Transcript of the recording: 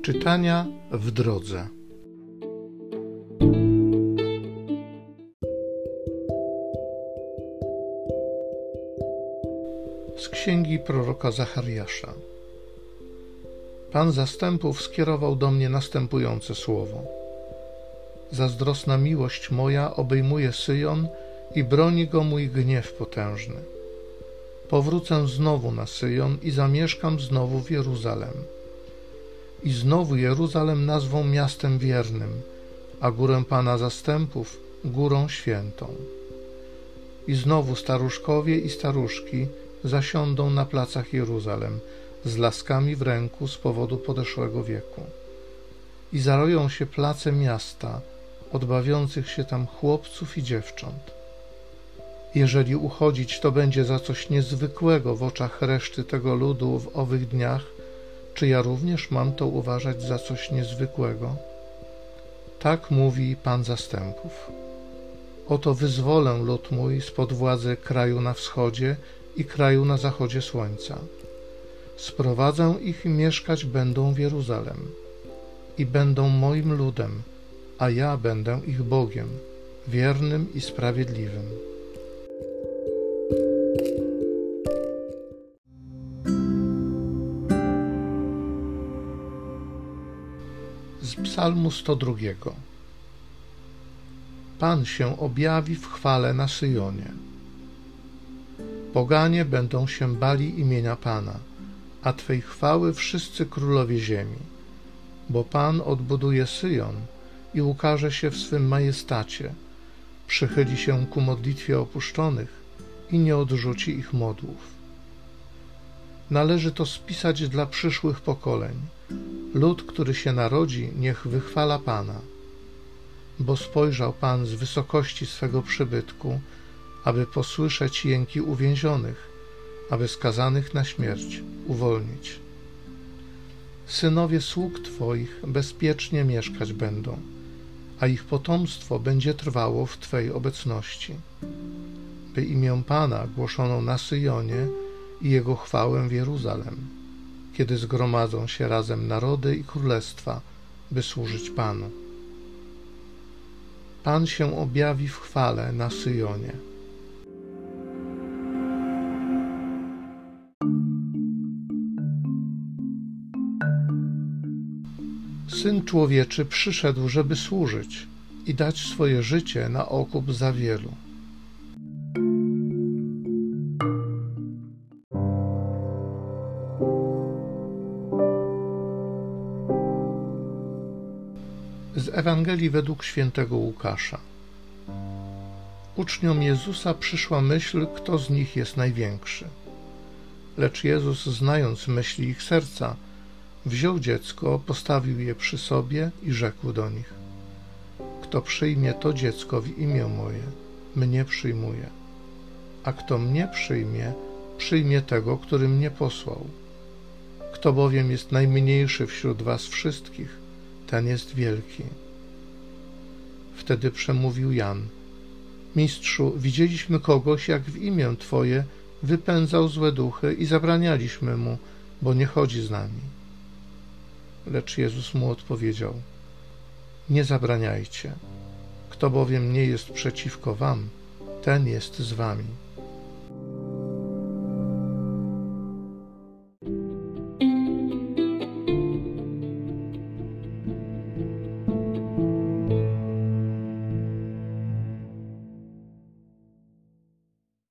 Czytania w drodze. Z księgi proroka Zachariasza. Pan zastępów skierował do mnie następujące słowo. Zazdrosna miłość moja obejmuje Syjon i broni go mój gniew potężny. Powrócę znowu na Syjon i zamieszkam znowu w Jeruzalem. I znowu Jeruzalem nazwą miastem wiernym, a górę Pana zastępów górą świętą. I znowu staruszkowie i staruszki zasiądą na placach Jeruzalem z laskami w ręku z powodu podeszłego wieku. I zaroją się place miasta od bawiących się tam chłopców i dziewcząt. Jeżeli uchodzić to będzie za coś niezwykłego w oczach reszty tego ludu w owych dniach, czy ja również mam to uważać za coś niezwykłego? Tak mówi Pan zastępów. Oto wyzwolę lud mój spod władzy kraju na wschodzie i kraju na zachodzie słońca. Sprowadzę ich i mieszkać będą w Jeruzalem. I będą moim ludem, a ja będę ich Bogiem, wiernym i sprawiedliwym. Z Psalmu 102. Pan się objawi w chwale na Syjonie. Poganie będą się bali imienia Pana, a Twej chwały wszyscy królowie ziemi. Bo Pan odbuduje Syjon i ukaże się w swym majestacie, przychyli się ku modlitwie opuszczonych i nie odrzuci ich modłów. Należy to spisać dla przyszłych pokoleń. Lud, który się narodzi, niech wychwala Pana. Bo spojrzał Pan z wysokości swego przybytku, aby posłyszeć jęki uwięzionych, aby skazanych na śmierć uwolnić. Synowie sług Twoich bezpiecznie mieszkać będą, a ich potomstwo będzie trwało w Twej obecności. By imię Pana głoszono na Syjonie i Jego chwałę w Jeruzalem, kiedy zgromadzą się razem narody i królestwa, by służyć Panu. Pan się objawi w chwale na Syjonie. Syn Człowieczy przyszedł, żeby służyć i dać swoje życie na okup za wielu. Z Ewangelii według świętego Łukasza. Uczniom Jezusa przyszła myśl, kto z nich jest największy. Lecz Jezus, znając myśli ich serca, wziął dziecko, postawił je przy sobie i rzekł do nich: Kto przyjmie to dziecko w imię moje, mnie przyjmuje, a kto mnie przyjmie, przyjmie tego, który mnie posłał. Kto bowiem jest najmniejszy wśród was wszystkich, ten jest wielki. Wtedy przemówił Jan: Mistrzu, widzieliśmy kogoś, jak w imię Twoje wypędzał złe duchy i zabranialiśmy mu, bo nie chodzi z nami. Lecz Jezus mu odpowiedział: Nie zabraniajcie. Kto bowiem nie jest przeciwko wam, ten jest z wami.